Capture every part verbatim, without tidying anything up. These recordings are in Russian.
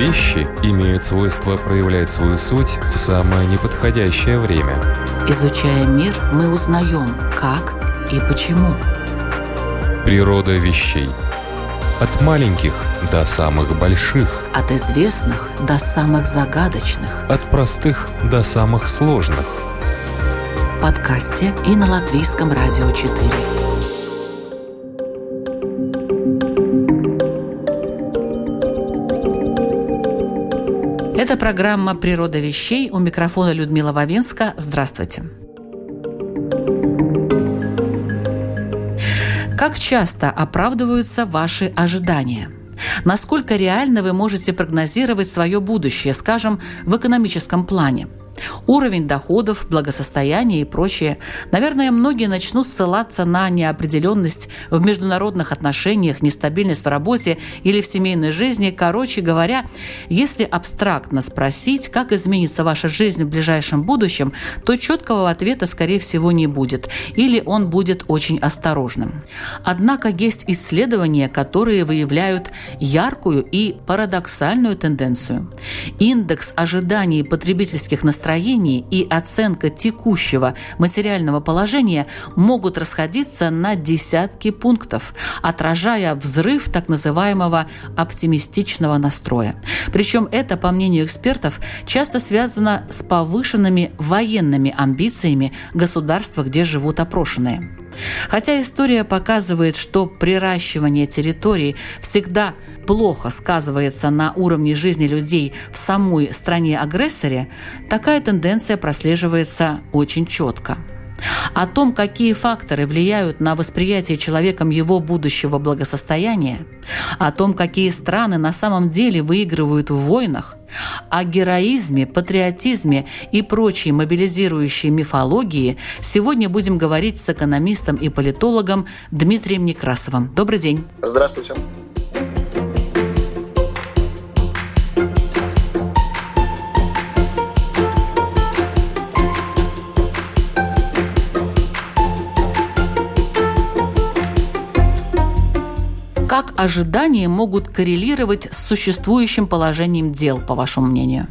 Вещи имеют свойство проявлять свою суть в самое неподходящее время. Изучая мир, мы узнаем, как и почему. Природа вещей. От маленьких до самых больших. От известных до самых загадочных. От простых до самых сложных. В подкасте и на Латвийском радио четыре. Это программа «Природа вещей». У микрофона Людмила Вавинска. Здравствуйте. Как часто оправдываются ваши ожидания? Насколько реально вы можете прогнозировать свое будущее, скажем, в экономическом плане? Уровень доходов, благосостояние и прочее. Наверное, многие начнут ссылаться на неопределенность в международных отношениях, нестабильность в работе или в семейной жизни. Короче говоря, если абстрактно спросить, как изменится ваша жизнь в ближайшем будущем, то четкого ответа, скорее всего, не будет. Или он будет очень осторожным. Однако есть исследования, которые выявляют яркую и парадоксальную тенденцию. Индекс ожиданий потребительских настроений и оценка текущего материального положения могут расходиться на десятки пунктов, отражая взрыв так называемого оптимистичного настроя. Причем это, по мнению экспертов, часто связано с повышенными военными амбициями государства, где живут опрошенные. Хотя история показывает, что приращивание территорий всегда плохо сказывается на уровне жизни людей в самой стране-агрессоре, такая тенденция прослеживается очень четко. О том, какие факторы влияют на восприятие человеком его будущего благосостояния, о том, какие страны на самом деле выигрывают в войнах, о героизме, патриотизме и прочей мобилизирующей мифологии сегодня будем говорить с экономистом и политологом Дмитрием Некрасовым. Добрый день. Здравствуйте. Как ожидания могут коррелировать с существующим положением дел, по вашему мнению?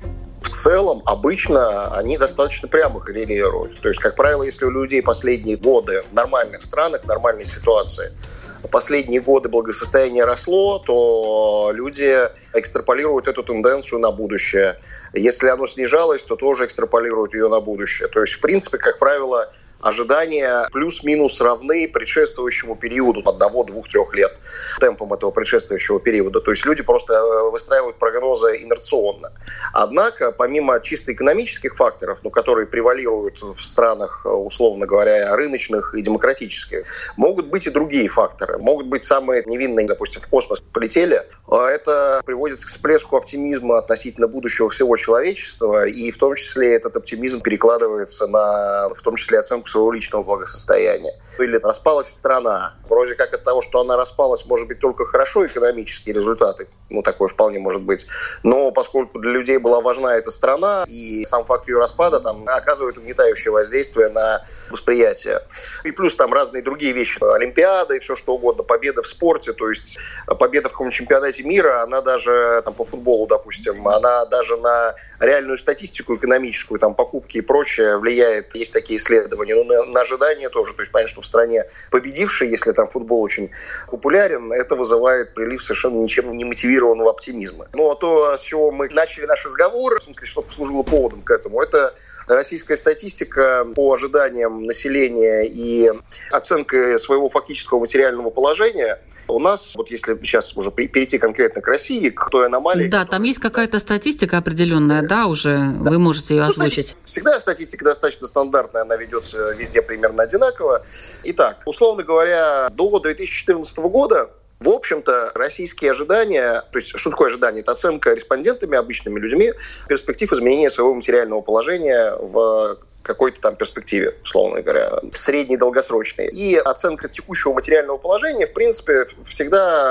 В целом, обычно они достаточно прямо коррелируют. То есть, как правило, если у людей последние годы в нормальных странах, в нормальной ситуации, последние годы благосостояние росло, то люди экстраполируют эту тенденцию на будущее. Если оно снижалось, то тоже экстраполируют ее на будущее. То есть, в принципе, как правило, ожидания плюс-минус равны предшествующему периоду одного, двух, трех лет, темпом этого предшествующего периода. То есть люди просто выстраивают прогнозы инерционно. Однако, помимо чисто экономических факторов, ну, которые превалируют в странах, условно говоря, рыночных и демократических, могут быть и другие факторы. Могут быть самые невинные, допустим, в космос полетели. Это приводит к всплеску оптимизма относительно будущего всего человечества, и в том числе этот оптимизм перекладывается на, в том числе, оценку своего личного благосостояния. Или распалась страна. Вроде как от того, что она распалась, может быть только хорошо экономические результаты. Ну, такое вполне может быть. Но поскольку для людей была важна эта страна, и сам факт ее распада там оказывает угнетающее воздействие на восприятие. И плюс там разные другие вещи. Олимпиады и все что угодно. Победа в спорте. То есть победа в каком-нибудь чемпионате мира, она даже там, по футболу, допустим, она даже на реальную статистику экономическую, там, покупки и прочее влияет. Есть такие исследования. Но на, на ожидания тоже. То есть понятно, что в стране победившей, если там футбол очень популярен, это вызывает прилив совершенно ничем не мотивированного оптимизма. Ну, а то, с чего мы начали наш разговор, в смысле, что послужило поводом к этому, это российская статистика по ожиданиям населения и оценка своего фактического материального положения. У нас, вот если сейчас уже перейти конкретно к России, к той аномалии... Да, там есть какая-то статистика определенная, да, уже да. Вы можете ее озвучить. Ну, всегда статистика достаточно стандартная, она ведется везде примерно одинаково. Итак, условно говоря, до две тысячи четырнадцатого года, в общем-то, российские ожидания, то есть что такое ожидание? Это оценка респондентами, обычными людьми, перспектив изменения своего материального положения в какой-то там перспективе, условно говоря, средней, долгосрочной. И оценка текущего материального положения, в принципе, всегда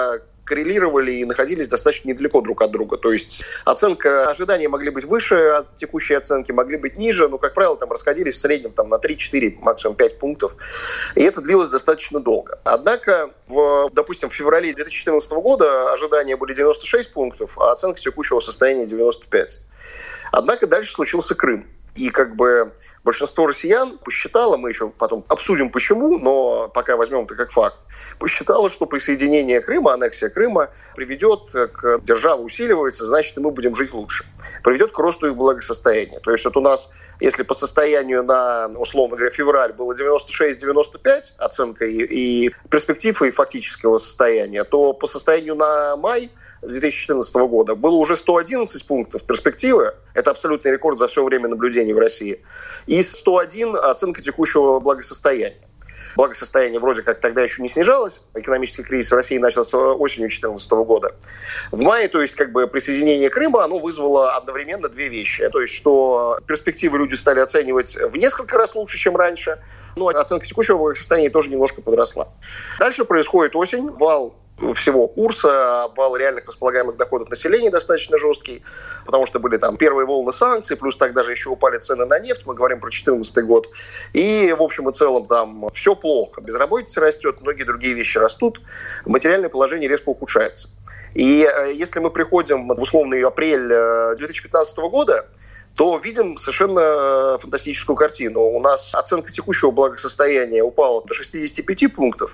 коррелировали и находились достаточно недалеко друг от друга. То есть оценка, ожидания могли быть выше от текущей оценки, могли быть ниже, но, как правило, там расходились в среднем там, на три-четыре, максимум пять пунктов. И это длилось достаточно долго. Однако, в, допустим, в феврале две тысячи четырнадцатого года ожидания были девяносто шесть пунктов, а оценка текущего состояния девяносто пять. Однако дальше случился Крым. И как бы большинство россиян посчитало, мы еще потом обсудим почему, но пока возьмем это как факт, посчитало, что присоединение Крыма, аннексия Крыма приведет к держава усиливается, значит, и мы будем жить лучше. Приведет к росту их благосостояния. То есть вот у нас, если по состоянию на, условно говоря, февраль было девяносто шесть - девяносто пять оценка и, и перспектив, и фактического состояния, то по состоянию на май две тысячи четырнадцатого года было уже сто одиннадцать пунктов перспективы. Это абсолютный рекорд за все время наблюдений в России. И сто один оценка текущего благосостояния. Благосостояние вроде как тогда еще не снижалось. Экономический кризис в России начался осенью две тысячи четырнадцатого года. В мае, то есть как бы присоединение Крыма, оно вызвало одновременно две вещи. То есть что перспективы люди стали оценивать в несколько раз лучше, чем раньше. Но оценка текущего благосостояния тоже немножко подросла. Дальше происходит осень, вал всего курса, вал реальных располагаемых доходов населения достаточно жесткий, потому что были там первые волны санкций, плюс тогда же еще упали цены на нефть, мы говорим про две тысячи четырнадцатый год. И, в общем и целом, там все плохо. Безработица растет, многие другие вещи растут, материальное положение резко ухудшается. И если мы приходим в условный апрель две тысячи пятнадцатого года, то видим совершенно фантастическую картину. У нас оценка текущего благосостояния упала до шестидесяти пяти пунктов,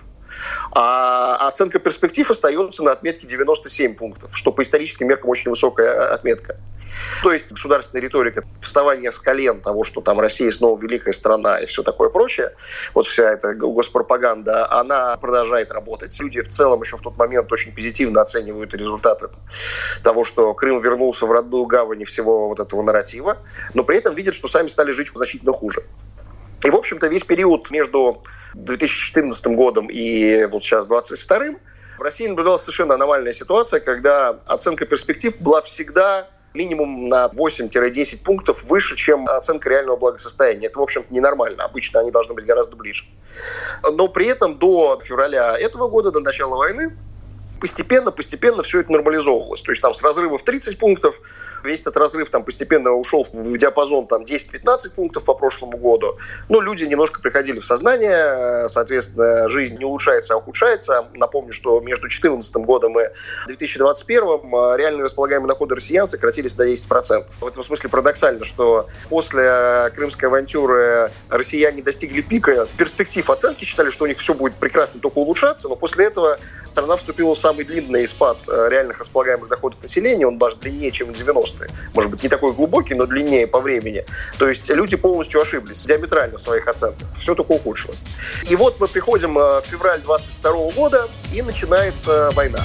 а оценка перспектив остается на отметке девяносто семь пунктов, что по историческим меркам очень высокая отметка. То есть государственная риторика, вставание с колен того, что там Россия снова великая страна и все такое прочее, вот вся эта госпропаганда, она продолжает работать. Люди в целом еще в тот момент очень позитивно оценивают результаты того, что Крым вернулся в родную гавань всего вот этого нарратива, но при этом видят, что сами стали жить значительно хуже. И, в общем-то, весь период между две тысячи четырнадцатым годом и вот сейчас двадцать вторым в России наблюдалась совершенно аномальная ситуация, когда оценка перспектив была всегда минимум на восемь-десять пунктов выше, чем оценка реального благосостояния. Это, в общем-то, ненормально. Обычно они должны быть гораздо ближе. Но при этом до февраля этого года, до начала войны, постепенно-постепенно все это нормализовывалось. То есть там с разрыва в тридцать пунктов весь этот разрыв там постепенно ушел в диапазон там, десять-пятнадцать пунктов по прошлому году. Но люди немножко приходили в сознание, соответственно, жизнь не улучшается, а ухудшается. Напомню, что между две тысячи четырнадцатым годом и две тысячи двадцать первым реальные располагаемые доходы россиян сократились до десять процентов. В этом смысле парадоксально, что после крымской авантюры россияне достигли пика перспектив оценки, считали, что у них все будет прекрасно, только улучшаться, но после этого страна вступила в самый длинный спад реальных располагаемых доходов населения, он даже длиннее, чем в девяностые. Может быть, не такой глубокий, но длиннее по времени. То есть люди полностью ошиблись, диаметрально в своих оценках. Все только ухудшилось. И вот мы приходим в февраль двадцать второго года, и начинается война.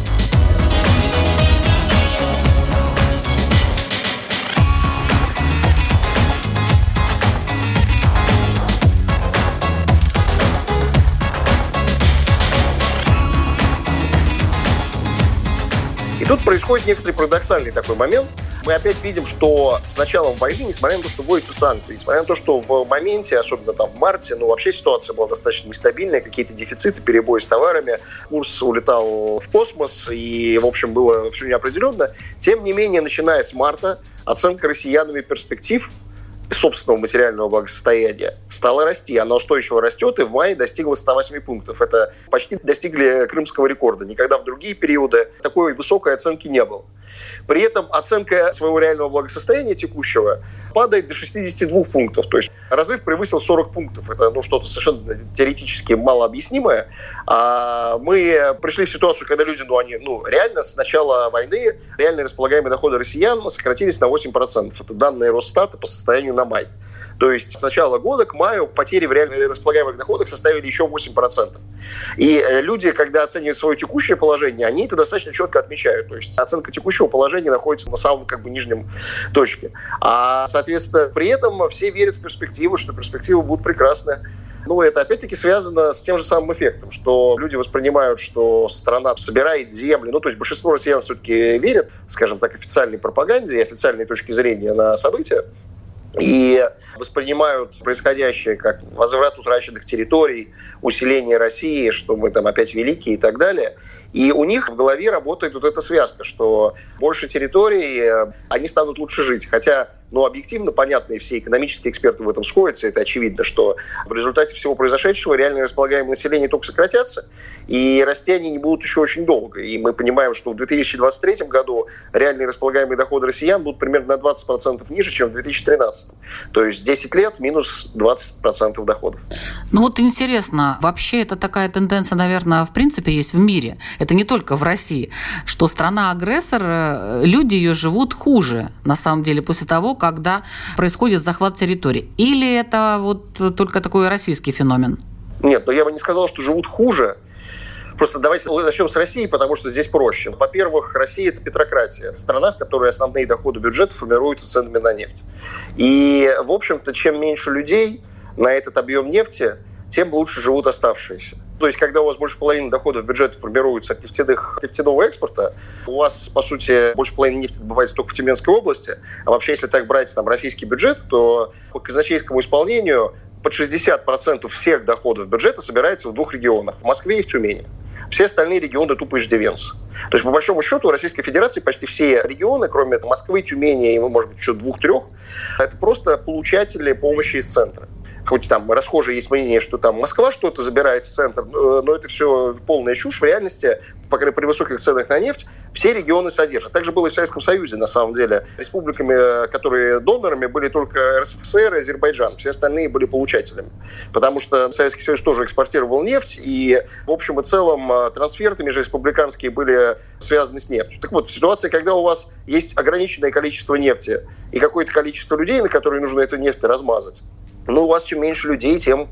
И тут происходит некоторый парадоксальный такой момент. Мы опять видим, что с началом войны, несмотря на то, что вводятся санкции, несмотря на то, что в моменте, особенно там в марте, ну вообще ситуация была достаточно нестабильная, какие-то дефициты, перебои с товарами, курс улетал в космос, и, в общем, было все неопределенно. Тем не менее, начиная с марта, оценка россиянами перспектив собственного материального благосостояния стала расти. Она устойчиво растет и в мае достигла ста восьми пунктов. Это почти достигли крымского рекорда. Никогда в другие периоды такой высокой оценки не было. При этом оценка своего реального благосостояния текущего падает до шестидесяти двух пунктов. То есть разрыв превысил сорок пунктов. Это ну, что-то совершенно теоретически малообъяснимое. А мы пришли в ситуацию, когда люди, ну, они, ну, реально с начала войны реальные располагаемые доходы россиян сократились на восемь процентов. Это данные Росстата по состоянию на май. То есть с начала года к маю потери в реально располагаемых доходах составили еще восемь процентов. И люди, когда оценивают свое текущее положение, они это достаточно четко отмечают. То есть оценка текущего положения находится на самом как бы нижнем точке. А, соответственно, при этом все верят в перспективу, что перспективы будут прекрасны. Ну, это опять-таки связано с тем же самым эффектом, что люди воспринимают, что страна собирает земли. Ну, то есть большинство россиян все-таки верят, скажем так, официальной пропаганде и официальной точке зрения на события. И воспринимают происходящее как возврат утраченных территорий, усиление России, что мы там опять великие и так далее. И у них в голове работает вот эта связка, что больше территорий, они станут лучше жить. Хотя, ну, объективно, понятно, и все экономические эксперты в этом сходятся, это очевидно, что в результате всего произошедшего реально располагаемое население только сократятся, и расти они не будут еще очень долго. И мы понимаем, что в две тысячи двадцать третьем году реальные располагаемые доходы россиян будут примерно на двадцать процентов ниже, чем в две тысячи тринадцатом. То есть десять лет минус двадцать процентов доходов. Ну вот интересно, вообще это такая тенденция, наверное, в принципе есть в мире. Это не только в России, что страна-агрессор, люди ее живут хуже, на самом деле, после того, когда происходит захват территории. Или это вот только такой российский феномен? Нет, но я бы не сказал, что живут хуже. Просто давайте начнем с России, потому что здесь проще. Во-первых, Россия – это петрократия. Страна, в которой основные доходы бюджета формируются ценами на нефть. И, в общем-то, чем меньше людей на этот объем нефти, тем лучше живут оставшиеся. То есть, когда у вас больше половины доходов бюджета формируются от нефтяных, нефтяного экспорта, у вас, по сути, больше половины нефти добывается только в Тюменской области. А вообще, если так брать там, российский бюджет, то по казначейскому исполнению под шестьдесят процентов всех доходов бюджета собирается в двух регионах – в Москве и в Тюмени. Все остальные регионы тупо иждивенцы. То есть, по большому счету, у Российской Федерации почти все регионы, кроме Москвы, Тюмени и, может быть, еще двух-трех, это просто получатели помощи из центра. Хоть там расхожее есть мнение, что там Москва что-то забирает в центр, но это все полная чушь. В реальности, по крайней мере, при высоких ценах на нефть, все регионы содержат. Так же было и в Советском Союзе, на самом деле. Республиками, которые донорами, были только эр эс эф эс эр и Азербайджан. Все остальные были получателями. Потому что Советский Союз тоже экспортировал нефть, и в общем и целом трансферты межреспубликанские были связаны с нефтью. Так вот, в ситуации, когда у вас есть ограниченное количество нефти и какое-то количество людей, на которые нужно эту нефть размазать, ну, у вас чем меньше людей, тем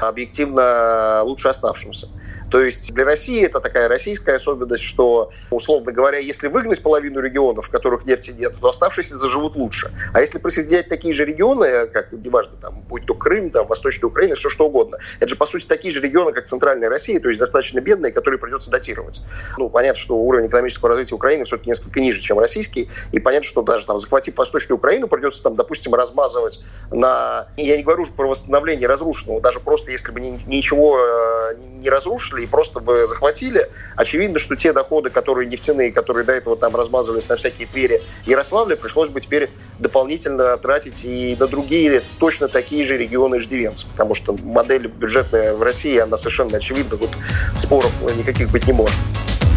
объективно лучше оставшимся. То есть для России это такая российская особенность, что, условно говоря, если выгнать половину регионов, в которых нефти нет, то оставшиеся заживут лучше. А если присоединять такие же регионы, как, неважно, там, будь то Крым, там, Восточная Украина, все что угодно, это же, по сути, такие же регионы, как Центральная Россия, то есть достаточно бедные, которые придется датировать. Ну, понятно, что уровень экономического развития Украины все-таки несколько ниже, чем российский, и понятно, что даже там, захватив Восточную Украину, придется, там, допустим, размазывать на... Я не говорю уже про восстановление разрушенного, даже просто если бы ничего не разрушили, и просто бы захватили, очевидно, что те доходы, которые нефтяные, которые до этого там размазывались на всякие Твери и Ярославля, пришлось бы теперь дополнительно тратить и на другие точно такие же регионы иждивенцев, потому что модель бюджетная в России, она совершенно очевидна, тут споров никаких быть не может.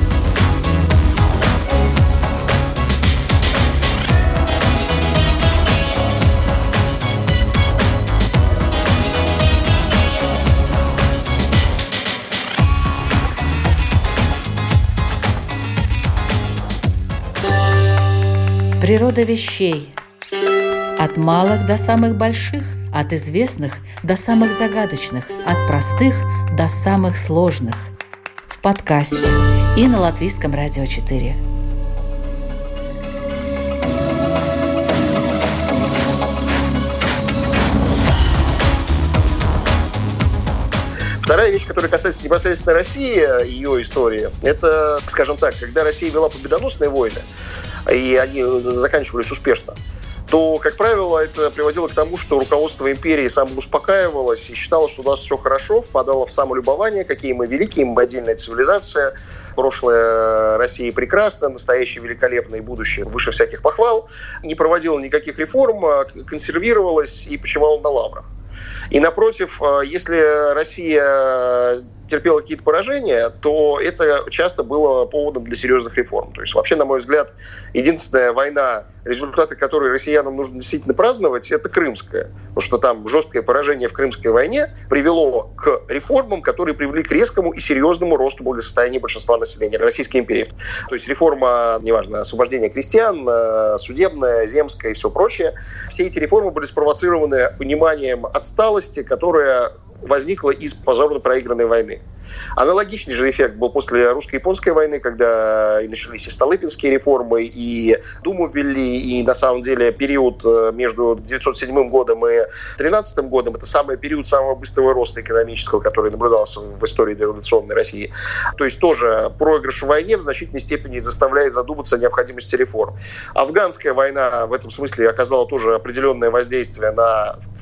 Природа вещей. От малых до самых больших, от известных до самых загадочных, от простых до самых сложных. В подкасте и на Латвийском радио четыре. Вторая вещь, которая касается непосредственно России, ее истории, это, скажем так, когда Россия вела победоносные войны, и они заканчивались успешно, то, как правило, это приводило к тому, что руководство империи самоуспокаивалось и считало, что у нас все хорошо, впадало в самолюбование, какие мы великие, мы отдельная цивилизация, прошлое России прекрасно, настоящее великолепное и будущее выше всяких похвал, не проводило никаких реформ, консервировалось и почивало на лаврах. И, напротив, если Россия терпела какие-то поражения, то это часто было поводом для серьезных реформ. То есть, вообще, на мой взгляд, единственная война, результаты которой россиянам нужно действительно праздновать, это Крымская. Потому что там жесткое поражение в Крымской войне привело к реформам, которые привели к резкому и серьезному росту благосостояния большинства населения Российской империи. То есть реформа, неважно, освобождения крестьян, судебная, земская и все прочее. Все эти реформы были спровоцированы пониманием отсталости, которая возникла из позорно проигранной войны. Аналогичный же эффект был после русско-японской войны, когда и начались и Столыпинские реформы, и Думу ввели, и на самом деле период между девятьсот седьмым годом и тринадцатым годом, это самый период самого быстрого роста экономического, который наблюдался в истории дореволюционной России. То есть тоже проигрыш в войне в значительной степени заставляет задуматься о необходимости реформ. Афганская война в этом смысле оказала тоже определенное воздействие на, в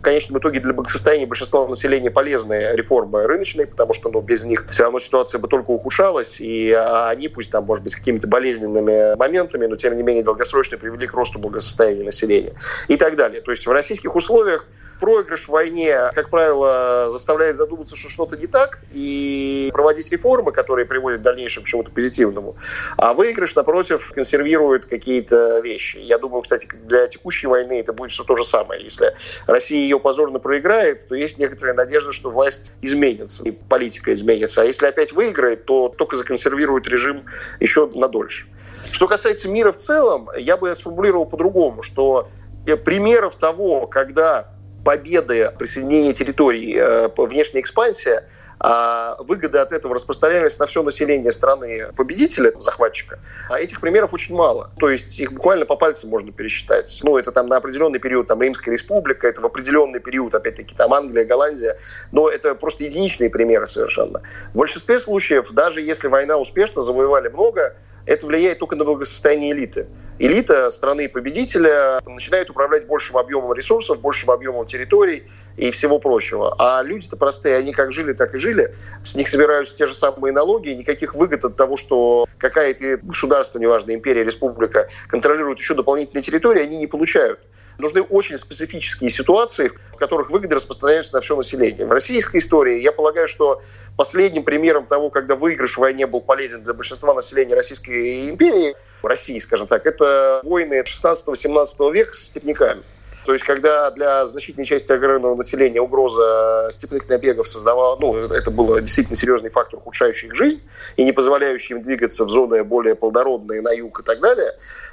конечном итоге для благосостояния большинства населения полезны реформы рыночные, потому что ну, без них все равно ситуация бы только ухудшалась, и они, пусть там, может быть, с какими-то болезненными моментами, но тем не менее долгосрочно привели к росту благосостояния населения и так далее. То есть в российских условиях проигрыш в войне, как правило, заставляет задуматься, что что-то не так, и проводить реформы, которые приводят в дальнейшем к чему-то позитивному. А выигрыш, напротив, консервирует какие-то вещи. Я думаю, кстати, для текущей войны это будет все то же самое. Если Россия ее позорно проиграет, то есть некоторая надежда, что власть изменится, и политика изменится. А если опять выиграет, то только законсервирует режим еще надольше. Что касается мира в целом, я бы сформулировал по-другому, что примеров того, когда победы, присоединение территорий, внешняя экспансия, а выгоды от этого распространялись на все население страны победителя, захватчика, а этих примеров очень мало. То есть их буквально по пальцам можно пересчитать. Ну, это там на определенный период там, Римская республика, это в определенный период, опять-таки, там Англия, Голландия, но это просто единичные примеры совершенно. В большинстве случаев, даже если война успешна, завоевали много, это влияет только на благосостояние элиты. Элита страны-победителя начинает управлять большим объемом ресурсов, большим объемом территорий и всего прочего. А люди-то простые, они как жили, так и жили. С них собираются те же самые налоги, и никаких выгод от того, что какая-то государство, неважно, империя, республика, контролирует еще дополнительные территории, они не получают. Нужны очень специфические ситуации, в которых выгоды распространяются на все население. В российской истории, я полагаю, что последним примером того, когда выигрыш в войне был полезен для большинства населения Российской империи, России, скажем так, это войны шестнадцатого-семнадцатого века со степняками. То есть, когда для значительной части аграрного населения угроза степных набегов создавала, ну, это был действительно серьезный фактор, ухудшающий их жизнь и не позволяющий им двигаться в зоны более плодородные на юг и так далее,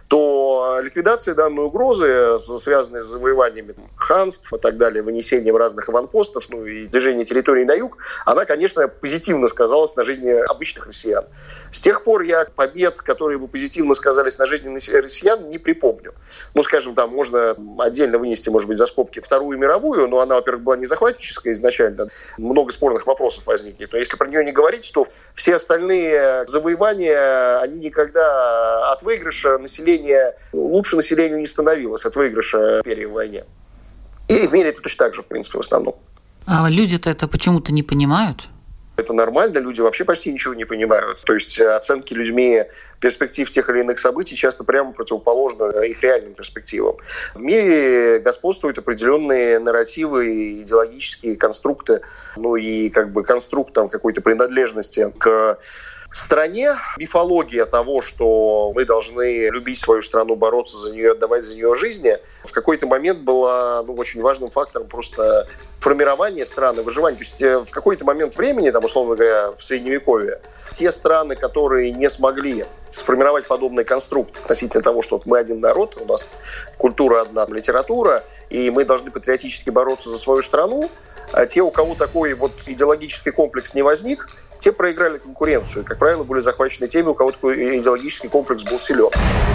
то ликвидация данной угрозы, связанной с завоеваниями ханств и так далее, вынесением разных аванпостов, ну и движением территорий на юг, она, конечно, позитивно сказалась на жизни обычных россиян. С тех пор я побед, которые бы позитивно сказались на жизни россиян, не припомню. Ну, скажем, там можно отдельно вынести, может быть, за скобки Вторую мировую, но она, во-первых, была не захватническая изначально, много спорных вопросов возникнет. Но если про нее не говорить, то все остальные завоевания, они никогда от выигрыша населения, лучше населению не становилось от выигрыша империи в войне. И в мире это точно так же, в принципе, в основном. А люди-то это почему-то не понимают? Это нормально, люди вообще почти ничего не понимают. То есть оценки людьми перспектив тех или иных событий часто прямо противоположны их реальным перспективам. В мире господствуют определенные нарративы, идеологические конструкты, ну и как бы конструкт там, какой-то принадлежности к стране, мифология того, что мы должны любить свою страну, бороться за нее, отдавать за нее жизни, в какой-то момент была ну, очень важным фактором просто формирования страны, выживания. То есть в какой-то момент времени, там, условно говоря, в Средневековье, те страны, которые не смогли сформировать подобный конструкт относительно того, что вот мы один народ, у нас культура одна, литература, и мы должны патриотически бороться за свою страну, а те, у кого такой вот идеологический комплекс не возник, те проиграли конкуренцию. Как правило, были захвачены теми, у кого такой идеологический комплекс был силен.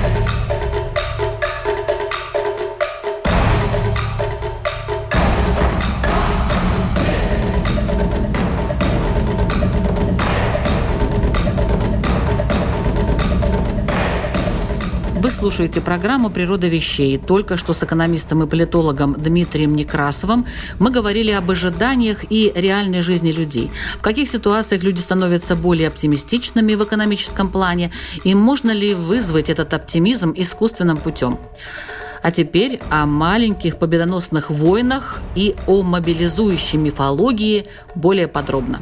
Вы слушаете программу «Природа вещей». Только что с экономистом и политологом Дмитрием Некрасовым мы говорили об ожиданиях и реальной жизни людей. В каких ситуациях люди становятся более оптимистичными в экономическом плане, и можно ли вызвать этот оптимизм искусственным путем. А теперь о маленьких победоносных войнах и о мобилизующей мифологии более подробно.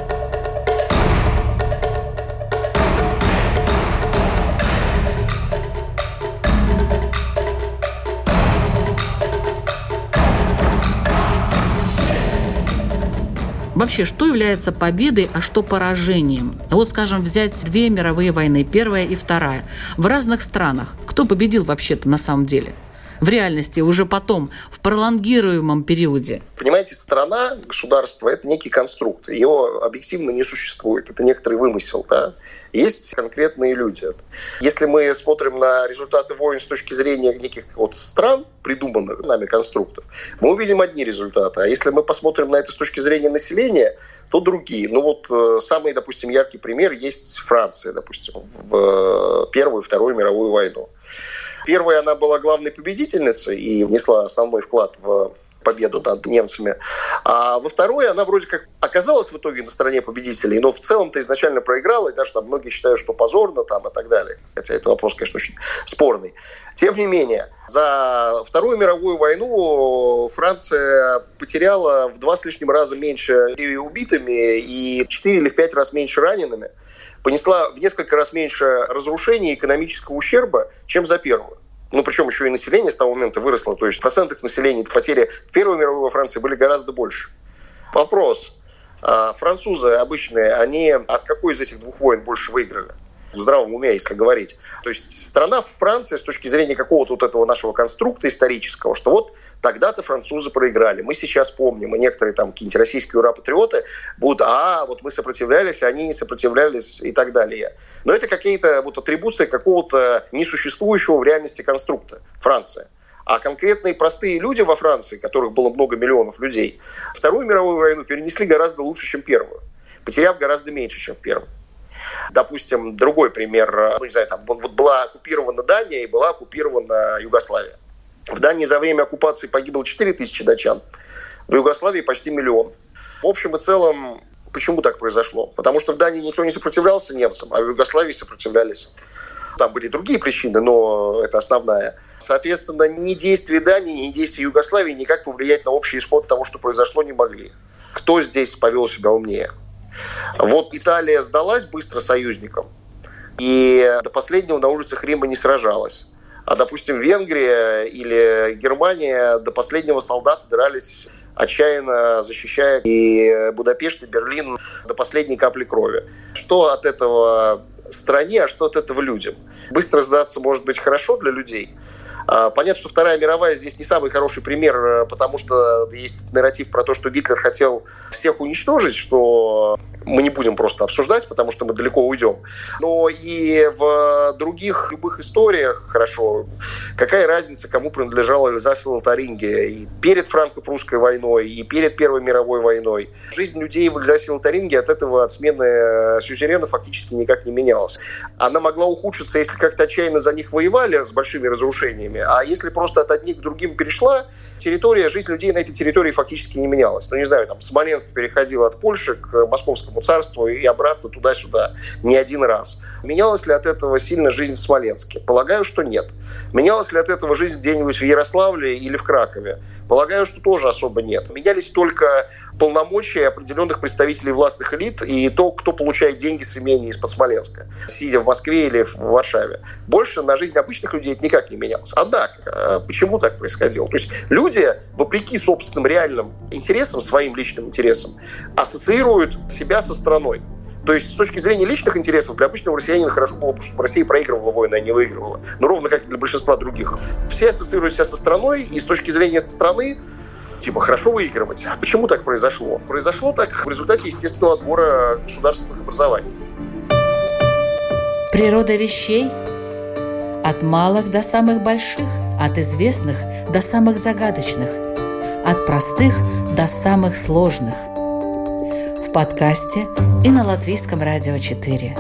Вообще, что является победой, а что поражением? Вот, скажем, взять две мировые войны, Первая и Вторая, в разных странах. Кто победил вообще-то на самом деле? В реальности, уже потом, в пролонгируемом периоде. Понимаете, страна, государство – это некий конструкт. Его объективно не существует. Это некоторый вымысел, да? Есть конкретные люди. Если мы смотрим на результаты войн с точки зрения неких вот стран, придуманных нами конструктов, мы увидим одни результаты. А если мы посмотрим на это с точки зрения населения, то другие. Ну вот э, самый, допустим, яркий пример есть Франция, допустим, в э, Первую и Вторую мировую войну. Первая она была главной победительницей и внесла основной вклад в победу над немцами. А во второй она вроде как оказалась в итоге на стороне победителей, но в целом-то изначально проиграла, и даже там многие считают, что позорно там и так далее. Хотя это вопрос, конечно, очень спорный. Тем не менее, за Вторую мировую войну Франция потеряла в два с лишним раза меньше убитыми и в четыре или в пять раз меньше ранеными, понесла в несколько раз меньше разрушений и экономического ущерба, чем за первую. Ну, причем еще и население с того момента выросло. То есть процентов населения потери в Первой мировой во Франции были гораздо больше. Вопрос. Французы обычные, они от какой из этих двух войн больше выиграли? В здравом уме, если говорить. То есть страна Франция с точки зрения какого-то вот этого нашего конструкта исторического, что вот тогда-то французы проиграли. Мы сейчас помним, и некоторые там какие-нибудь российские ура-патриоты будут, а вот мы сопротивлялись, они не сопротивлялись и так далее. Но это какие-то вот атрибуции какого-то несуществующего в реальности конструкта Франции. А конкретные простые люди во Франции, которых было много миллионов людей, Вторую мировую войну перенесли гораздо лучше, чем Первую, потеряв гораздо меньше, чем в Первую. Допустим, другой пример. Ну, не знаю, там вот была оккупирована Дания и была оккупирована Югославия. В Дании за время оккупации погибло четыре тысячи датчан, в Югославии почти миллион. В общем и целом, почему так произошло? Потому что в Дании никто не сопротивлялся немцам, а в Югославии сопротивлялись. Там были другие причины, но это основная. Соответственно, ни действия Дании, ни действия Югославии никак повлиять на общий исход того, что произошло, не могли. Кто здесь повел себя умнее? Вот Италия сдалась быстро союзникам и до последнего на улицах Рима не сражалась. А, допустим, Венгрия или Германия до последнего солдаты дрались, отчаянно защищая и Будапешт, и Берлин до последней капли крови. Что от этого стране, а что от этого людям? Быстро сдаться может быть хорошо для людей. Понятно, что Вторая мировая здесь не самый хороший пример, потому что есть нарратив про то, что Гитлер хотел всех уничтожить, что мы не будем просто обсуждать, потому что мы далеко уйдем. Но и в других любых историях, хорошо, какая разница, кому принадлежала Эльзас-Лотарингия и перед франко-прусской войной, и перед Первой мировой войной. Жизнь людей в Эльзасе-Лотарингии от этого, от смены сюзерена фактически никак не менялась. Она могла ухудшиться, если как-то отчаянно за них воевали с большими разрушениями, а если просто от одних к другим перешла, территория, жизнь людей на этой территории фактически не менялась. Ну, не знаю, там Смоленск переходил от Польши к Московскому царству и обратно туда-сюда не один раз. Менялась ли от этого сильно жизнь в Смоленске? Полагаю, что нет. Менялась ли от этого жизнь где-нибудь в Ярославле или в Кракове? Полагаю, что тоже особо нет. Менялись только полномочия определенных представителей властных элит и то, кто получает деньги с имений из-под Смоленска, сидя в Москве или в Варшаве. Больше на жизнь обычных людей это никак не менялось. Однако, почему так происходило? То есть люди, вопреки собственным реальным интересам, своим личным интересам, ассоциируют себя со страной. То есть с точки зрения личных интересов для обычного россиянина хорошо было бы, чтобы Россия проигрывала войны, а не выигрывала. Но ровно как и для большинства других. Все ассоциируют себя со страной, и с точки зрения страны типа хорошо выигрывать. А почему так произошло? Произошло так в результате естественного отбора государственных образований. Природа вещей от малых до самых больших, от известных до самых загадочных, от простых до самых сложных. В подкасте и на Латвийском радио четыре.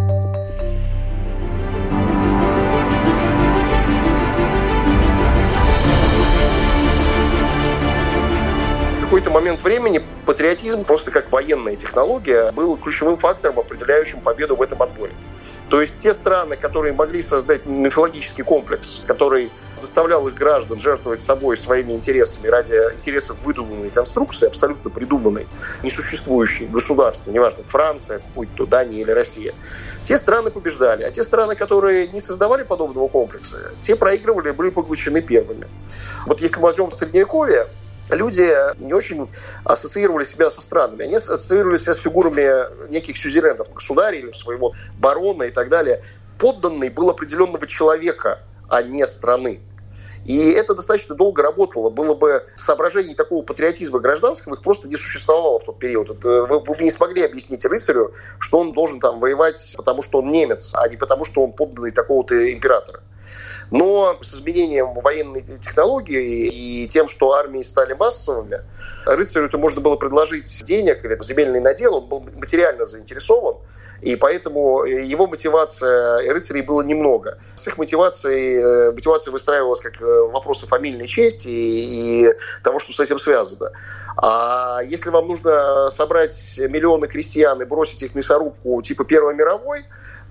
В какой-то момент времени патриотизм, просто как военная технология, был ключевым фактором, определяющим победу в этом отборе. То есть те страны, которые могли создать мифологический комплекс, который заставлял их граждан жертвовать собой, своими интересами ради интересов выдуманной конструкции, абсолютно придуманной, несуществующей государства, неважно, Франция, будь то Дания или Россия, те страны побеждали. А те страны, которые не создавали подобного комплекса, те проигрывали, были поглощены первыми. Вот если мы возьмем Средневековье, люди не очень ассоциировали себя со странами. Они ассоциировали себя с фигурами неких сюзеренов, государей или своего барона и так далее. Подданный был определенного человека, а не страны. И это достаточно долго работало. Было бы соображений такого патриотизма гражданского, их просто не существовало в тот период. Это вы, вы бы не смогли объяснить рыцарю, что он должен там воевать, потому что он немец, а не потому, что он подданный такого-то императора. Но с изменением военной технологии и тем, что армии стали массовыми, рыцарю-то можно было предложить денег или земельный надел, он был материально заинтересован, И поэтому его мотивация рыцарей было немного. С их мотивацией, мотивация выстраивалась как вопросы фамильной чести и, и того, что с этим связано. А если вам нужно собрать миллионы крестьян и бросить их в мясорубку типа Первой мировой,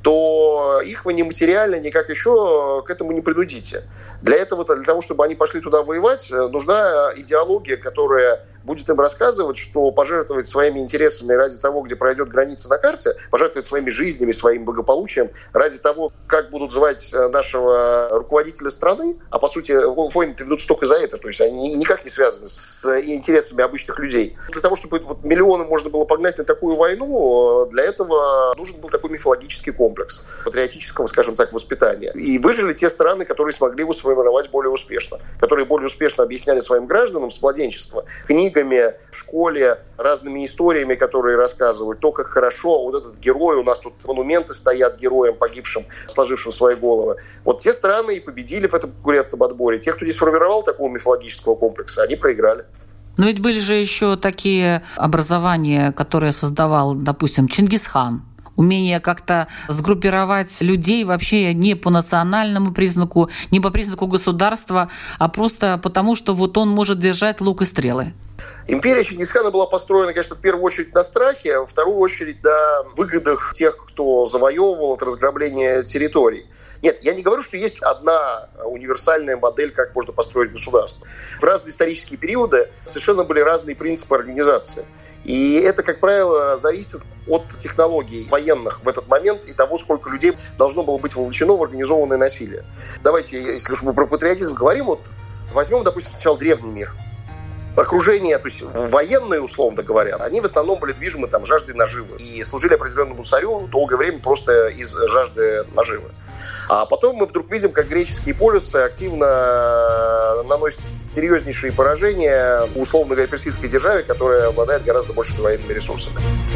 то их вы ни материально, никак еще к этому не принудите. Для этого, для того, чтобы они пошли туда воевать, нужна идеология, которая будет им рассказывать, что пожертвовать своими интересами ради того, где пройдет граница на карте, пожертвовать своими жизнями, своим благополучием, ради того, как будут звать нашего руководителя страны, а по сути войны-то ведутся только за это, то есть они никак не связаны с интересами обычных людей. Для того, чтобы вот миллионы можно было погнать на такую войну, для этого нужен был такой мифологический комплекс патриотического, скажем так, воспитания. И выжили те страны, которые смогли его сформировать более успешно, которые более успешно объясняли своим гражданам с младенчества книгами, в школе, разными историями, которые рассказывают, то, как хорошо вот этот герой, у нас тут монументы стоят героям, погибшим, сложившим свои головы. Вот те страны и победили в этом конкурентном отборе. Те, кто не сформировал такого мифологического комплекса, они проиграли. Но ведь были же еще такие образования, которые создавал, допустим, Чингисхан. Умение как-то сгруппировать людей вообще не по национальному признаку, не по признаку государства, а просто потому, что вот он может держать лук и стрелы. Империя Чингисхана была построена, конечно, в первую очередь на страхе, а во вторую очередь на выгодах тех, кто завоевывал от разграбления территорий. Нет, я не говорю, что есть одна универсальная модель, как можно построить государство. В разные исторические периоды совершенно были разные принципы организации. И это, как правило, зависит от технологий военных в этот момент и того, сколько людей должно было быть вовлечено в организованное насилие. Давайте, если уж мы про патриотизм говорим, вот возьмем, допустим, сначала древний мир. Окружение, то есть военные, условно говоря, они в основном были движимы там, жаждой наживы и служили определенному царю долгое время просто из жажды наживы. А потом мы вдруг видим, как греческие полисы активно наносят серьезнейшие поражения условно говоря персидской державе, которая обладает гораздо большими военными ресурсами.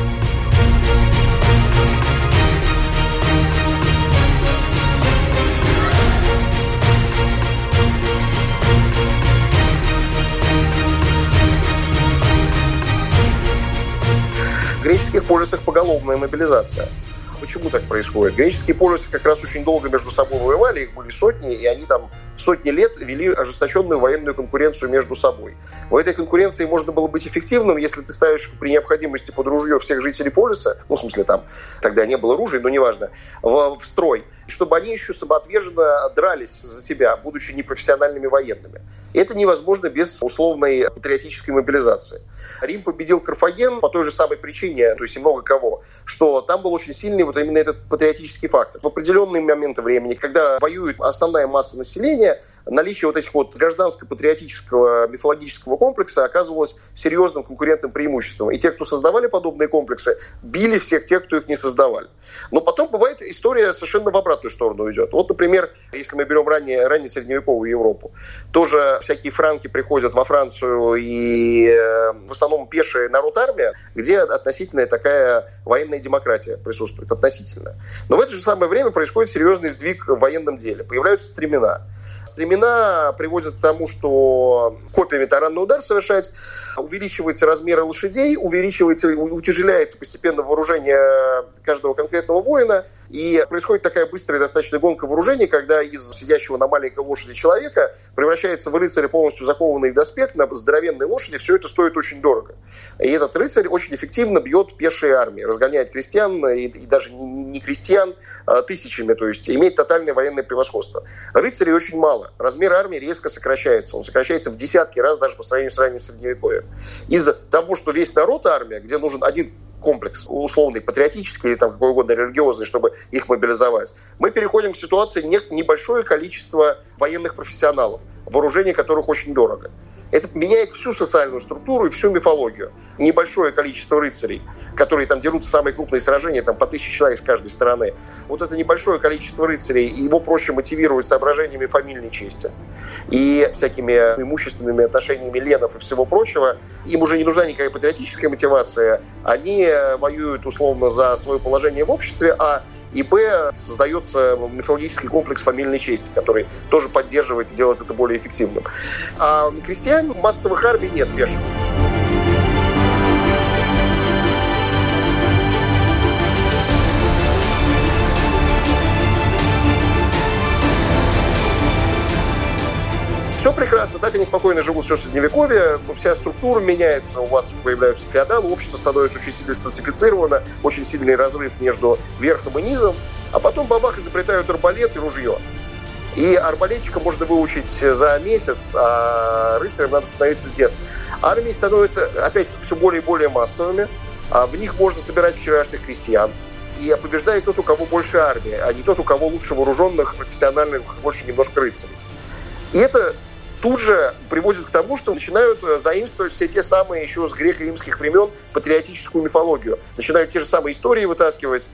В греческих полисах поголовная мобилизация. Почему так происходит? Греческие полисы как раз очень долго между собой воевали, их были сотни, и они там сотни лет вели ожесточенную военную конкуренцию между собой. В этой конкуренции можно было быть эффективным, если ты ставишь при необходимости под ружье всех жителей полиса, ну, в смысле, там тогда не было ружей, но неважно, в, в строй, чтобы они еще самоотверженно дрались за тебя, будучи непрофессиональными военными. И это невозможно без условной патриотической мобилизации. Рим победил Карфаген по той же самой причине, то есть и много кого, что там был очень сильный вот именно этот патриотический фактор. В определенные моменты времени, когда воюет основная масса населения, наличие вот этих вот гражданско-патриотического мифологического комплекса оказывалось серьезным конкурентным преимуществом. И те, кто создавали подобные комплексы, били всех тех, кто их не создавали. Но потом бывает история совершенно в обратную сторону идет. Вот, например, если мы берем ранее, ранее средневековую Европу, тоже всякие франки приходят во Францию и в основном пешая народ-армия, где относительная такая военная демократия присутствует, относительно. Но в это же самое время происходит серьезный сдвиг в военном деле. Появляются стремена. Стремена приводят к тому, что копьями таранный удар совершать, увеличиваются размеры лошадей, увеличивается, утяжеляется постепенно вооружение каждого конкретного воина, и происходит такая быстрая достаточно гонка вооружений, когда из сидящего на маленькой лошади человека превращается в рыцаря, полностью закованный в доспех, на здоровенной лошади. Все это стоит очень дорого. И этот рыцарь очень эффективно бьет пешие армии, разгоняет крестьян, и, и даже не, не крестьян, а тысячами, то есть имеет тотальное военное превосходство. Рыцарей очень мало. Размер армии резко сокращается. Он сокращается в десятки раз даже по сравнению с ранним Средневековьем. Из-за того, что весь народ армия, где нужен один комплекс условный, патриотический или там какой угодно религиозный, чтобы их мобилизовать, мы переходим к ситуации небольшое количество военных профессионалов, вооружение которых очень дорого. Это меняет всю социальную структуру и всю мифологию. Небольшое количество рыцарей, которые там дерутся самые крупные сражения, там по тысяче человек с каждой стороны. Вот это небольшое количество рыцарей, его проще мотивировать соображениями фамильной чести и всякими имущественными отношениями ленов и всего прочего. Им уже не нужна никакая патриотическая мотивация. Они воюют условно за свое положение в обществе, а и б. создается мифологический комплекс фамильной чести, который тоже поддерживает и делает это более эффективным. А крестьян массовых армий нет пеших. прекрасно, так они спокойно живут все средневековье, вся структура меняется, у вас появляются феодалы, общество становится очень сильно стратифицировано, очень сильный разрыв между верхом и низом, а потом бабах изобретают арбалет и ружье. И арбалетчика можно выучить за месяц, а рыцарям надо становиться с детства. Армии становятся опять все более и более массовыми, а в них можно собирать вчерашних крестьян. И побеждает тот, у кого больше армии, а не тот, у кого лучше вооруженных, профессиональных, больше немножко рыцарей. И это тут же приводит к тому, что начинают заимствовать все те самые еще с греко-римских времен патриотическую мифологию. Начинают те же самые истории вытаскивать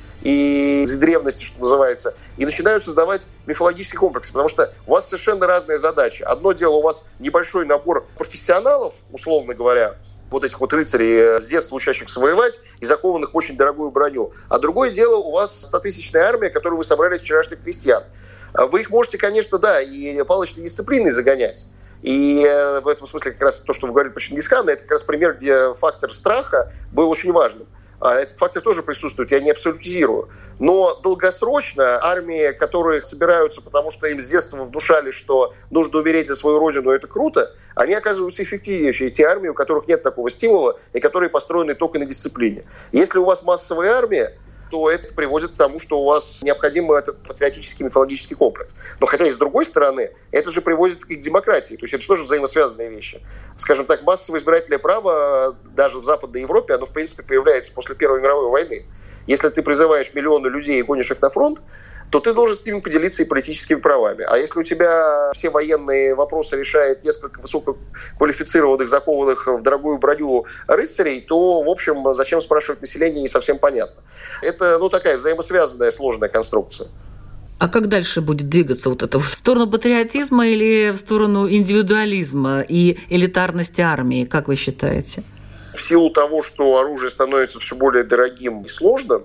и из древности, что называется, и начинают создавать мифологические комплексы, потому что у вас совершенно разные задачи. Одно дело, у вас небольшой набор профессионалов, условно говоря, вот этих вот рыцарей, с детства учащихся воевать и закованных в очень дорогую броню. А другое дело, у вас стотысячная армия, которую вы собрали из вчерашних крестьян. Вы их можете, конечно, да, и палочной дисциплиной загонять. И в этом смысле как раз то, что вы говорили про Чингисхана, это как раз пример, где фактор страха был очень важным. Этот фактор тоже присутствует, я не абсолютизирую. Но долгосрочно армии, которые собираются, потому что им с детства внушали, что нужно умереть за свою родину, это круто, они оказываются эффективнее, чем те армии, у которых нет такого стимула и которые построены только на дисциплине. Если у вас массовая армия, то это приводит к тому, что у вас необходим этот патриотический мифологический комплекс. Но хотя и с другой стороны, это же приводит и к демократии. То есть это тоже взаимосвязанные вещи. Скажем так, массовое избирательное право даже в Западной Европе, оно в принципе появляется после Первой мировой войны. Если ты призываешь миллионы людей и гонишь их на фронт, то ты должен с ними поделиться и политическими правами. А если у тебя все военные вопросы решает несколько высококвалифицированных, закованных в дорогую броню рыцарей, то, в общем, зачем спрашивать население, не совсем понятно. Это, ну, такая взаимосвязанная сложная конструкция. А как дальше будет двигаться вот это? В сторону патриотизма или в сторону индивидуализма и элитарности армии, как вы считаете? В силу того, что оружие становится все более дорогим и сложным,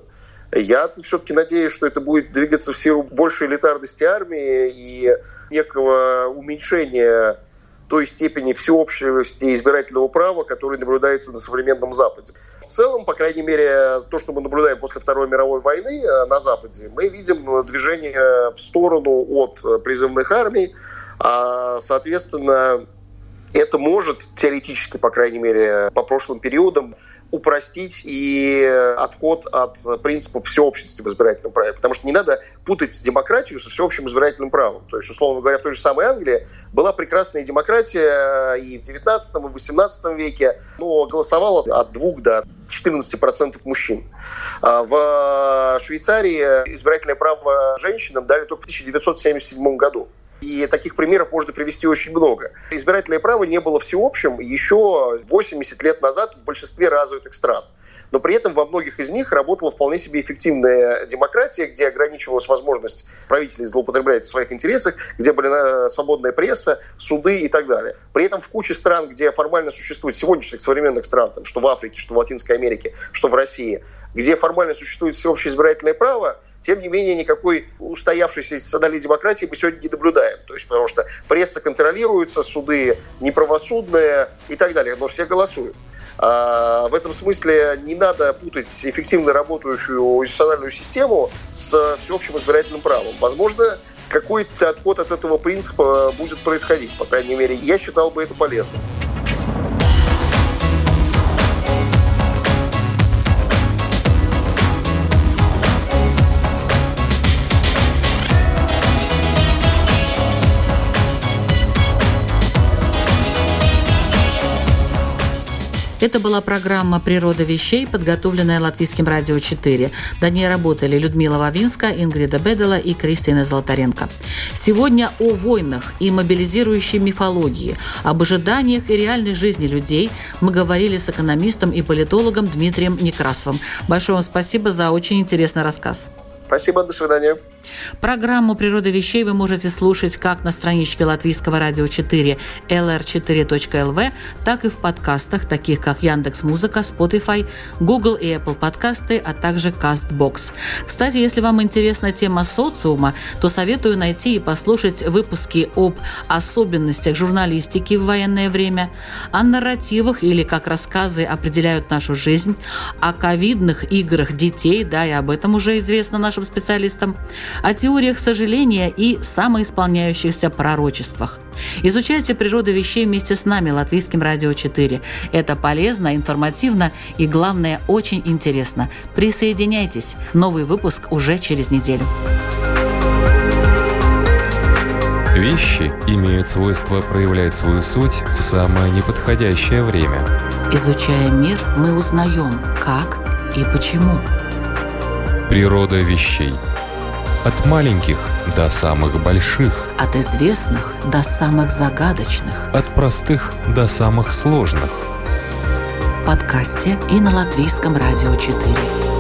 я все-таки надеюсь, что это будет двигаться в силу большей элитарности армии и некого уменьшения той степени всеобщности избирательного права, которое наблюдается на современном Западе. В целом, по крайней мере, то, что мы наблюдаем после Второй мировой войны на Западе, мы видим движение в сторону от призывных армий, а, соответственно, это может теоретически, по крайней мере, по прошлым периодам, упростить и отход от принципа всеобщности в избирательном праве. Потому что не надо путать демократию со всеобщим избирательным правом. То есть, условно говоря, в той же самой Англии была прекрасная демократия и в девятнадцатом, и в восемнадцатом веке, но голосовало от двух до четырнадцати процентов мужчин. В Швейцарии избирательное право женщинам дали только в тысяча девятьсот семьдесят седьмом году. И таких примеров можно привести очень много. Избирательное право не было всеобщим еще восемьдесят лет назад в большинстве развитых стран. Но при этом во многих из них работала вполне себе эффективная демократия, где ограничивалась возможность правителей злоупотреблять в своих интересах, где была свободная пресса, суды и так далее. При этом в куче стран, где формально существует, сегодняшних современных стран, там, что в Африке, что в Латинской Америке, что в России, где формально существует всеобщее избирательное право, тем не менее, никакой устоявшейся институциональной демократии мы сегодня не наблюдаем. То есть, потому что пресса контролируется, суды неправосудные и так далее, но все голосуют. А в этом смысле не надо путать эффективно работающую институциональную систему с всеобщим избирательным правом. Возможно, какой-то отход от этого принципа будет происходить. По крайней мере, я считал бы это полезным. Это была программа «Природа вещей», подготовленная Латвийским радио четыре. До ней работали Людмила Вавинска, Ингрида Бедела и Кристина Золотаренко. Сегодня о войнах и мобилизирующей мифологии, об ожиданиях и реальной жизни людей мы говорили с экономистом и политологом Дмитрием Некрасовым. Большое вам спасибо за очень интересный рассказ. Спасибо, до свидания. Программу «Природа вещей» вы можете слушать как на страничке Латвийского радио четыре эл эр четыре точка эл ви, так и в подкастах, таких как Яндекс.Музыка, Spotify, Google и Apple подкасты, а также Castbox. Кстати, если вам интересна тема социума, то советую найти и послушать выпуски об особенностях журналистики в военное время, о нарративах или как рассказы определяют нашу жизнь, о ковидных играх детей, да, и об этом уже известно нашим новым специалистам, о теориях сожаления и самоисполняющихся пророчествах. Изучайте природу вещей вместе с нами, Латвийским радио четыре. Это полезно, информативно и, главное, очень интересно. Присоединяйтесь. Новый выпуск уже через неделю. Вещи имеют свойство проявлять свою суть в самое неподходящее время. Изучая мир, мы узнаем, как и почему. Природа вещей. От маленьких до самых больших. От известных до самых загадочных. От простых до самых сложных. В подкасте и на Латвийском радио четыре.